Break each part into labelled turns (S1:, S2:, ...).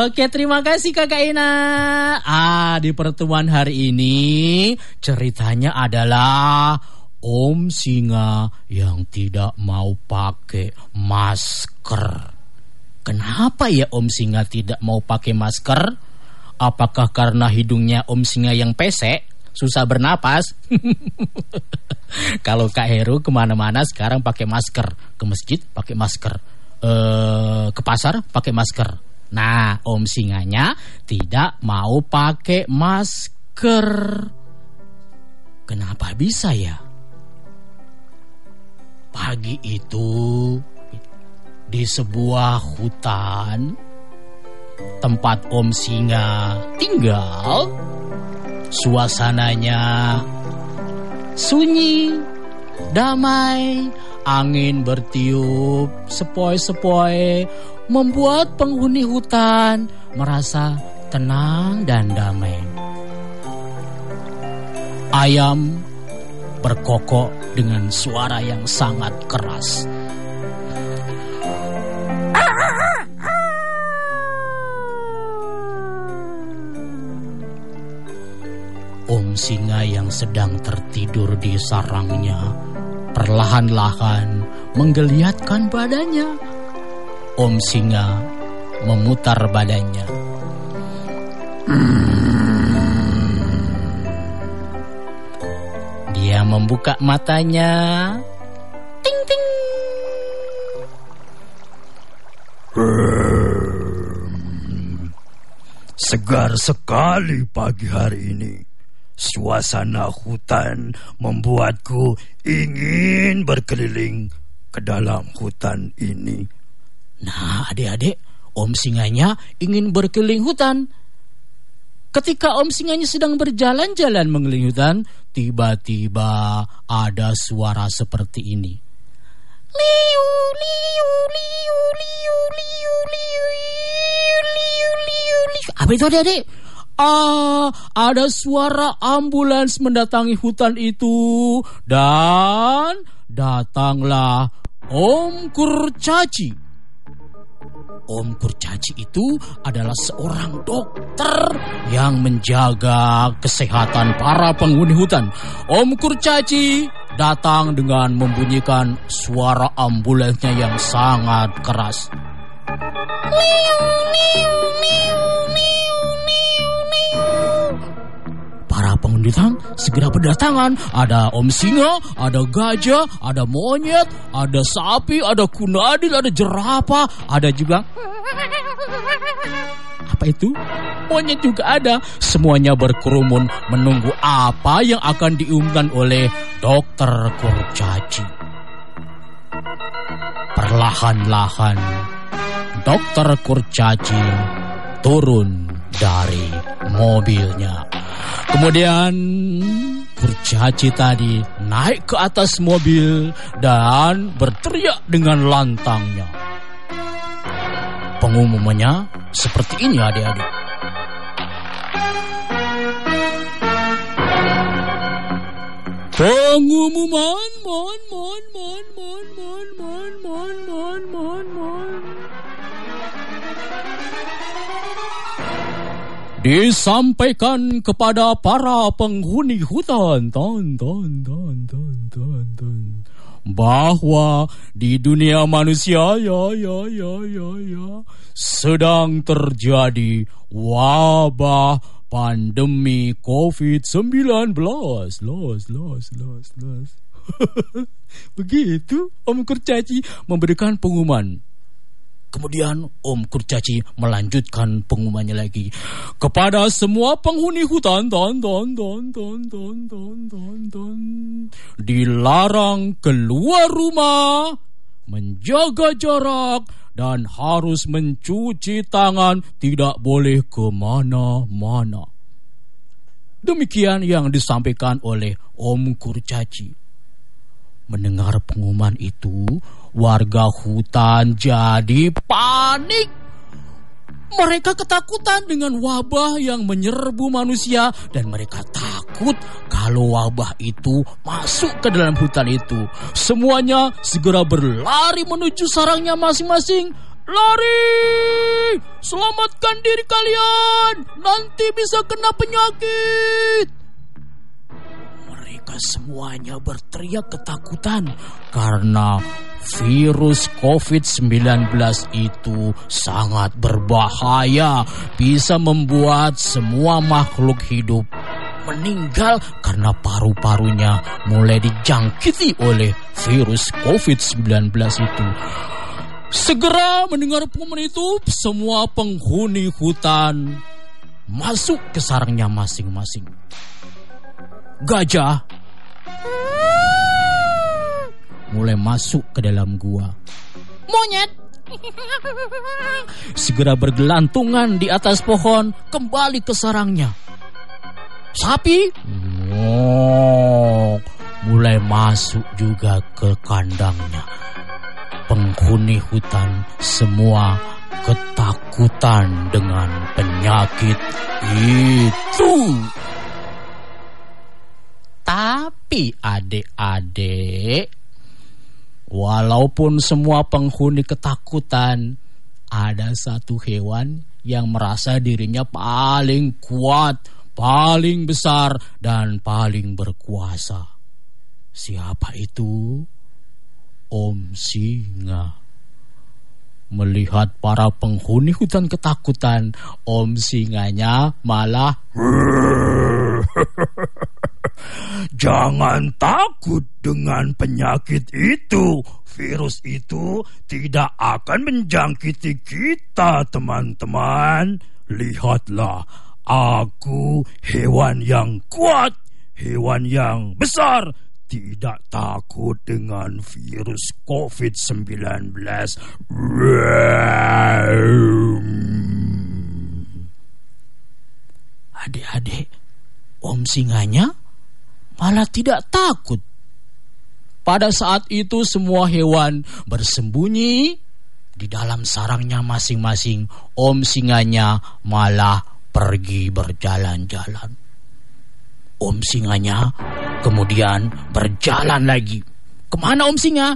S1: Oke, terima kasih Kakak Ina. Di pertemuan hari ini ceritanya adalah Om Singa yang tidak mau pakai masker. Kenapa ya Om Singa tidak mau pakai masker? Apakah karena hidungnya Om Singa yang pesek, susah bernapas? Kalau Kak Heru kemana-mana sekarang pakai masker. Ke masjid pakai masker, ke pasar pakai masker. Nah, Om Singanya tidak mau pakai masker. Kenapa bisa ya? Pagi itu di sebuah hutan tempat Om Singa tinggal, suasananya sunyi, damai, angin bertiup sepoi-sepoi, membuat penghuni hutan merasa tenang dan damai. Ayam berkokok dengan suara yang sangat keras. Om Singa yang sedang tertidur di sarangnya perlahan-lahan menggeliatkan badannya. Om Singa memutar badannya. Dia membuka matanya. Ting ting.
S2: Segar sekali pagi hari ini. Suasana hutan membuatku ingin berkeliling ke dalam hutan ini.
S1: Nah, adik-adik, Om Singanya ingin berkeliling hutan. Ketika Om Singanya sedang berjalan-jalan mengelilingi hutan, tiba-tiba ada suara seperti ini. Liu, liu, liu, liu, liu, liu, liu, liu, liu. Apa itu adik-adik? Ada suara ambulans mendatangi hutan itu. Dan datanglah Om Kurcaci. Om Kurcaci itu adalah seorang dokter yang menjaga kesehatan para penghuni hutan. Om Kurcaci datang dengan membunyikan suara ambulansnya yang sangat keras. Liu, liu, liu, liu, liu, liu. Para penghuni hutan segera berdatangan. Ada Om Singa, ada gajah, ada monyet, ada sapi, ada kunadil, ada jerapah, ada juga apa itu? Monyet juga ada. Semuanya berkerumun menunggu apa yang akan diumumkan oleh Dokter Kurcaci. Perlahan-lahan Dokter Kurcaci turun dari mobilnya. Kemudian Kurcaci tadi naik ke atas mobil dan berteriak dengan lantangnya. Pengumumannya seperti ini adik-adik. Pengumuman disampaikan kepada para penghuni hutan bahwa di dunia manusia sedang terjadi wabah pandemi COVID-19. Begitu Om Kurcaci memberikan pengumuman. Kemudian Om Kurcaci melanjutkan pengumumannya lagi kepada semua penghuni hutan. Dilarang keluar rumah, menjaga jarak, dan harus mencuci tangan, tidak boleh kemana-mana. Demikian yang disampaikan oleh Om Kurcaci. Mendengar pengumuman itu, warga hutan jadi panik. Mereka ketakutan dengan wabah yang menyerbu manusia dan mereka takut kalau wabah itu masuk ke dalam hutan itu. Semuanya segera berlari menuju sarangnya masing-masing Lari! Selamatkan diri kalian! Nanti bisa kena penyakit! Mereka semuanya berteriak ketakutan karena virus COVID-19 itu sangat berbahaya, bisa membuat semua makhluk hidup meninggal karena paru-parunya mulai dijangkiti oleh virus COVID-19 itu. Segera mendengar pengumuman itu, semua penghuni hutan masuk ke sarangnya masing-masing. Gajah mulai masuk ke dalam gua. Monyet segera bergelantungan di atas pohon, kembali ke sarangnya. Sapi mulai masuk juga ke kandangnya. Penghuni hutan semua ketakutan dengan penyakit itu. Tapi adik-adik, walaupun semua penghuni ketakutan, ada satu hewan yang merasa dirinya paling kuat, paling besar, dan paling berkuasa. Siapa itu? Om Singa. Melihat para penghuni hutan ketakutan, Om Singanya malah
S2: jangan takut dengan penyakit itu. Virus itu tidak akan menjangkiti kita, teman-teman. Lihatlah, aku hewan yang kuat, hewan yang besar, tidak takut dengan virus COVID-19.
S1: Adik-adik, Om Singanya malah tidak takut. Pada saat itu semua hewan bersembunyi di dalam sarangnya masing-masing. Om Singanya malah pergi berjalan-jalan. Om Singanya kemudian berjalan lagi. Kemana Om Singa?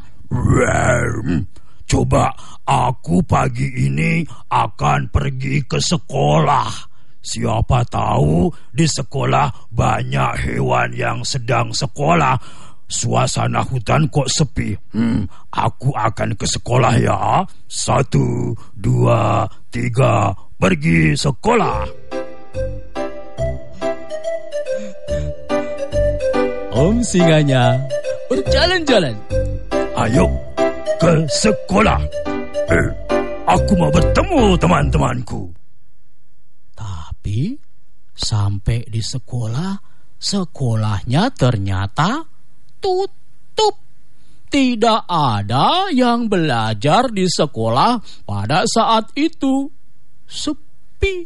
S2: Coba aku pagi ini akan pergi ke sekolah. Siapa tahu di sekolah banyak hewan yang sedang sekolah. Suasana hutan kok sepi. Aku akan ke sekolah ya. 1, 2, 3, pergi sekolah.
S1: Om Singanya berjalan-jalan.
S2: Ayo ke sekolah. Aku mau bertemu teman-temanku.
S1: Tapi sampai di sekolah, sekolahnya ternyata tutup. Tidak ada yang belajar di sekolah pada saat itu. Sepi.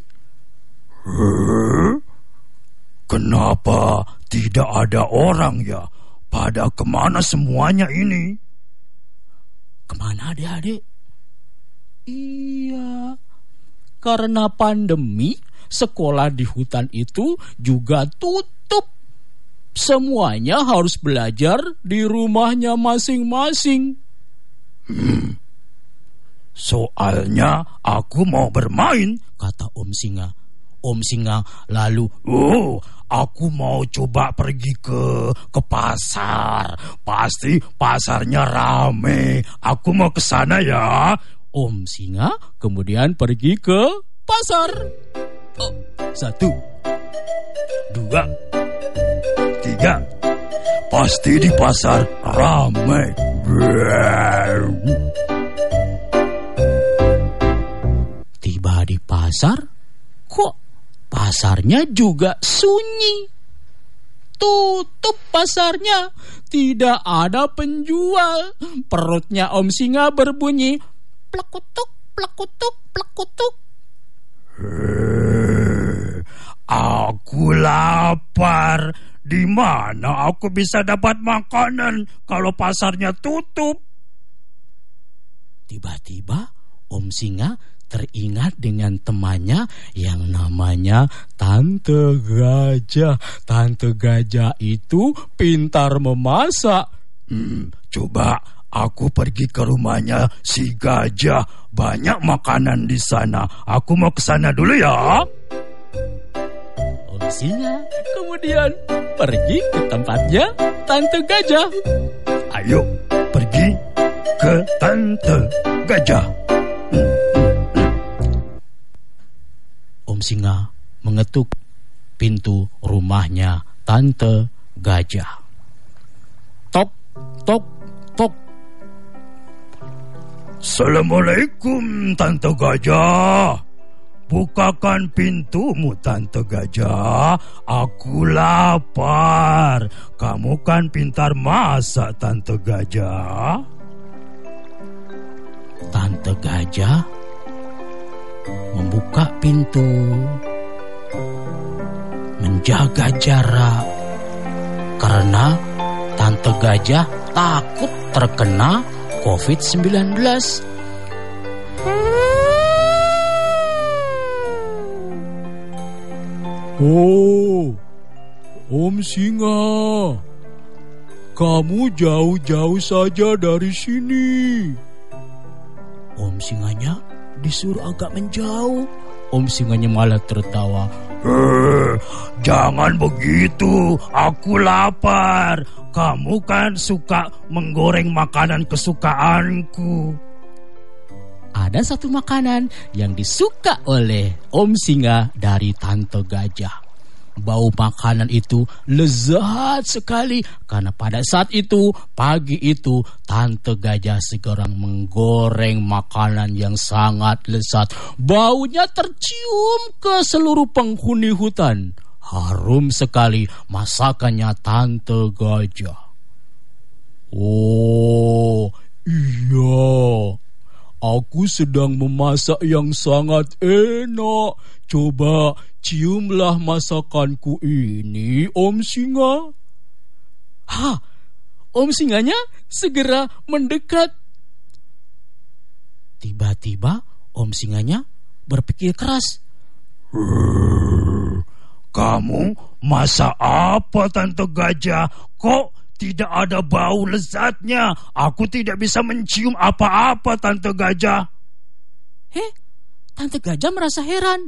S2: Kenapa tidak ada orang ya? Pada kemana semuanya ini?
S1: Kemana adik-adik? Iya, karena pandemi, sekolah di hutan itu juga tutup. Semuanya harus belajar di rumahnya masing-masing.
S2: Soalnya aku mau bermain,
S1: kata Om Singa. Om Singa lalu, aku mau coba pergi ke pasar. Pasti pasarnya rame. Aku mau ke sana ya. Om Singa kemudian pergi ke pasar. 1,
S2: 2, 3. Pasti di pasar rame.
S1: Tiba di pasar, kok pasarnya juga sunyi. Tutup pasarnya, tidak ada penjual. Perutnya Om Singa berbunyi plekutuk, plekutuk, plekutuk.
S2: Aku lapar. Di mana aku bisa dapat makanan kalau pasarnya tutup?
S1: Tiba-tiba Om Singa teringat dengan temannya yang namanya Tante Gajah. Tante Gajah itu pintar memasak.
S2: Coba Aku pergi ke rumahnya si gajah. Banyak makanan di sana. Aku mau ke sana dulu ya.
S1: Om Singa kemudian pergi ke tempatnya Tante Gajah.
S2: Ayo pergi ke Tante Gajah.
S1: Om Singa mengetuk pintu rumahnya Tante Gajah. Tok, tok, tok.
S2: Assalamualaikum Tante Gajah. Bukakan pintumu Tante Gajah. Aku lapar. Kamu kan pintar masak Tante Gajah.
S1: Tante Gajah membuka pintu, menjaga jarak, karena Tante Gajah takut terkena COVID-19.
S2: Oh, Om Singa, kamu jauh-jauh saja dari sini.
S1: Om Singanya disuruh agak menjauh. Om Singanya malah tertawa.
S2: Jangan begitu, aku lapar. Kamu kan suka menggoreng makanan kesukaanku.
S1: Ada satu makanan yang disuka oleh Om Singa dari Tante Gajah. Bau makanan itu lezat sekali karena pada saat itu, pagi itu, Tante Gajah segera menggoreng makanan yang sangat lezat. Baunya tercium ke seluruh penghuni hutan. Harum sekali masakannya Tante Gajah. Oh, iya. Aku sedang memasak yang sangat enak. Coba ciumlah masakanku ini, Om Singa. Om Singanya segera mendekat. Tiba-tiba Om Singanya berpikir keras.
S2: Kamu masak apa Tante Gajah? Kok tidak ada bau lezatnya? Aku tidak bisa mencium apa-apa Tante Gajah.
S1: Tante Gajah merasa heran.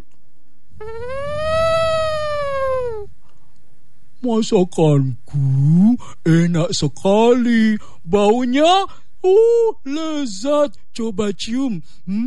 S2: Masakanku enak sekali. Baunya lezat. Coba cium.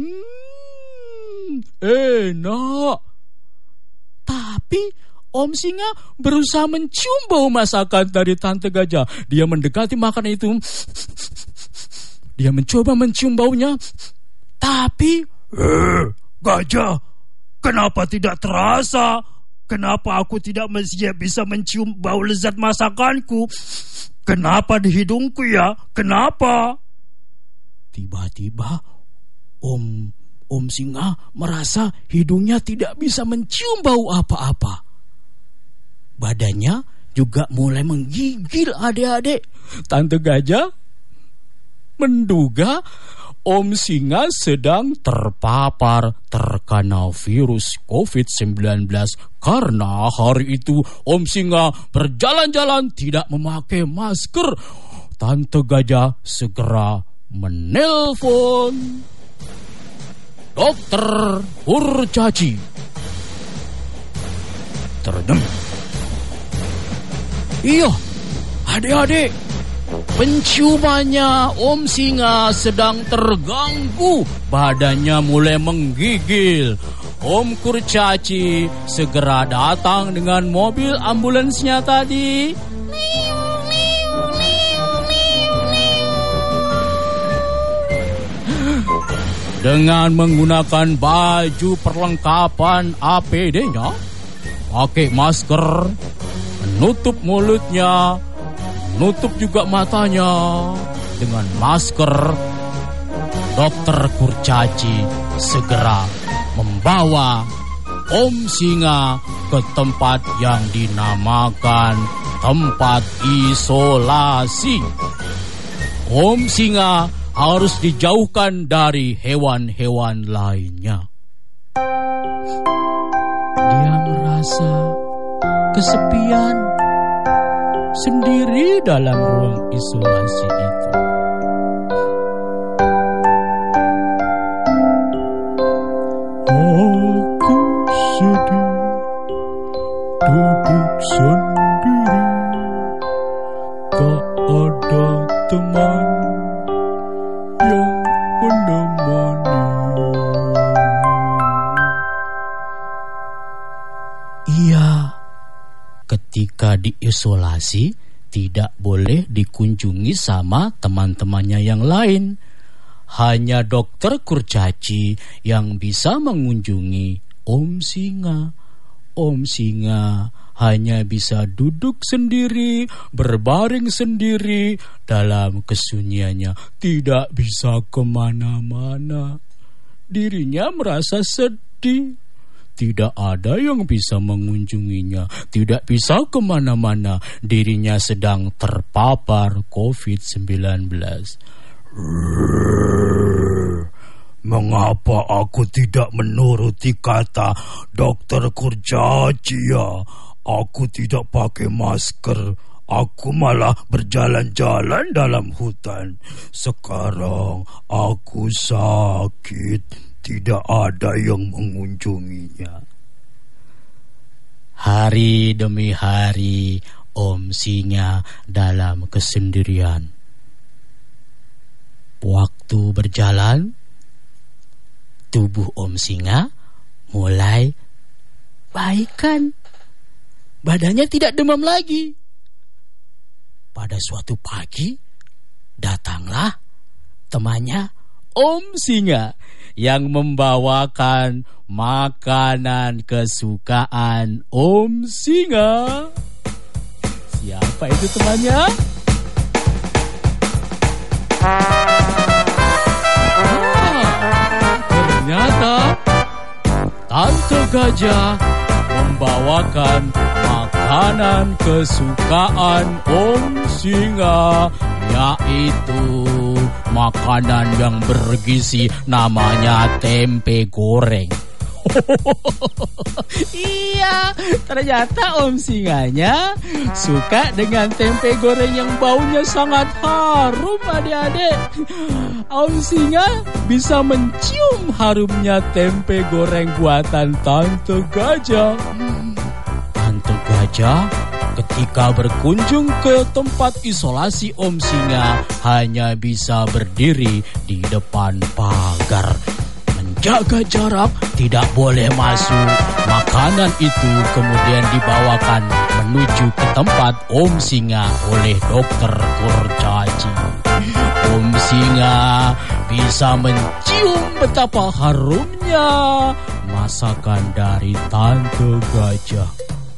S2: Enak.
S1: Tapi Om Singa berusaha mencium bau masakan dari Tante Gajah. Dia mendekati makanan itu. Dia mencoba mencium baunya. Tapi
S2: Gajah, kenapa tidak terasa? Kenapa aku tidak bisa mencium bau lezat masakanku? Kenapa di hidungku ya? Kenapa?
S1: Tiba-tiba Om Singa merasa hidungnya tidak bisa mencium bau apa-apa. Badannya juga mulai menggigil adik-adik. Tante Gajah menduga Om Singa sedang terkena virus COVID-19 karena hari itu Om Singa berjalan-jalan tidak memakai masker. Tante Gajah segera menelpon Dokter Kurcaci. Terdem. Iya, adik-adik, penciumannya Om Singa sedang terganggu. Badannya mulai menggigil. Om Kurcaci segera datang dengan mobil ambulansnya tadi. Dengan menggunakan baju perlengkapan APD-nya, pakai masker, menutup mulutnya, menutup juga matanya dengan masker, Dokter Kurcaci segera membawa Om Singa ke tempat yang dinamakan tempat isolasi. Om Singa harus dijauhkan dari hewan-hewan lainnya. Dia merasa kesepian sendiri dalam ruang isolasi itu.
S2: duduk sendiri, tak ada teman yang menemani.
S1: Iya, ketika diisolasi tidak boleh dikunjungi sama teman-temannya yang lain. Hanya dokter kurcaci yang bisa mengunjungi Om Singa. Om Singa hanya bisa duduk sendiri, berbaring sendiri dalam kesunyiannya, tidak bisa kemana-mana. Dirinya merasa sedih. Tidak ada yang bisa mengunjunginya, tidak bisa kemana-mana. Dirinya sedang terpapar COVID-19.
S2: Mengapa aku tidak menuruti kata dokter kurcaci ya? Aku tidak pakai masker. Aku malah berjalan-jalan dalam hutan. Sekarang aku sakit. Tidak ada yang mengunjunginya.
S1: Hari demi hari Om Singa dalam kesendirian. Waktu berjalan, tubuh Om Singa mulai baikan. Badannya tidak demam lagi. Pada suatu pagi, datanglah temannya Om Singa yang membawakan makanan kesukaan Om Singa. Siapa itu temannya? Ternyata Tante Gajah membawakan makanan kesukaan Om Singa, yaitu makanan yang bergizi, namanya tempe goreng. Iya, ternyata Om Singanya suka dengan tempe goreng yang baunya sangat harum, adik-adik. Om Singa bisa mencium harumnya tempe goreng buatan Tante Gajah. Tante Gajah ketika berkunjung ke tempat isolasi Om Singa hanya bisa berdiri di depan pagar. Menjaga jarak, tidak boleh masuk. Makanan itu kemudian dibawakan menuju ke tempat Om Singa oleh dokter kurcaci. Om Singa bisa mencium betapa harumnya masakan dari Tante Gajah.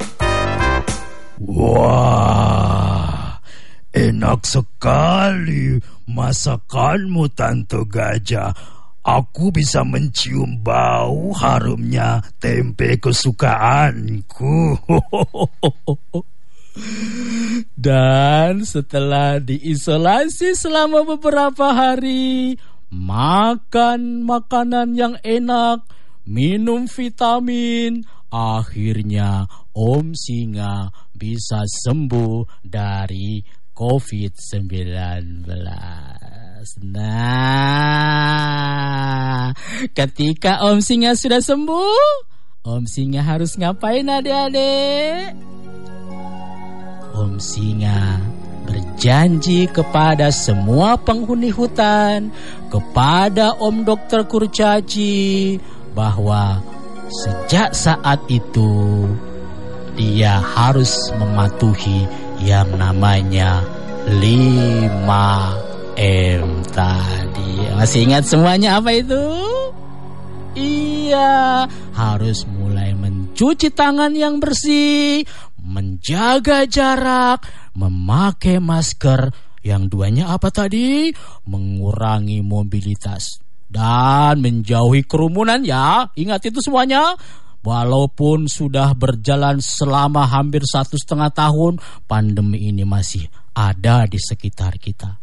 S2: Wah, enak sekali masakanmu, Tante Gajah. Aku bisa mencium bau harumnya tempe kesukaanku.
S1: Dan setelah diisolasi selama beberapa hari, makan makanan yang enak, minum vitamin, akhirnya Om Singa bisa sembuh dari COVID-19. Nah, ketika Om Singa sudah sembuh, Om Singa harus ngapain, adik-adik? Om Singa berjanji kepada semua penghuni hutan, kepada Om Dokter Kurcaci, bahwa sejak saat itu dia harus mematuhi yang namanya 5M tadi. Masih ingat semuanya apa itu? Iya, harus mulai mencuci tangan yang bersih, menjaga jarak, memakai masker. Yang duanya apa tadi? Mengurangi mobilitas dan menjauhi kerumunan ya. Ingat itu semuanya. Walaupun sudah berjalan selama hampir 1,5 tahun, pandemi ini masih ada di sekitar kita.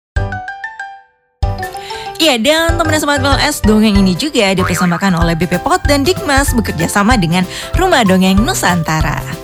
S3: Ya, dan teman Sobat PLS, dongeng ini juga dipersembahkan oleh BP POT dan Dikmas bekerja sama dengan Rumah Dongeng Nusantara.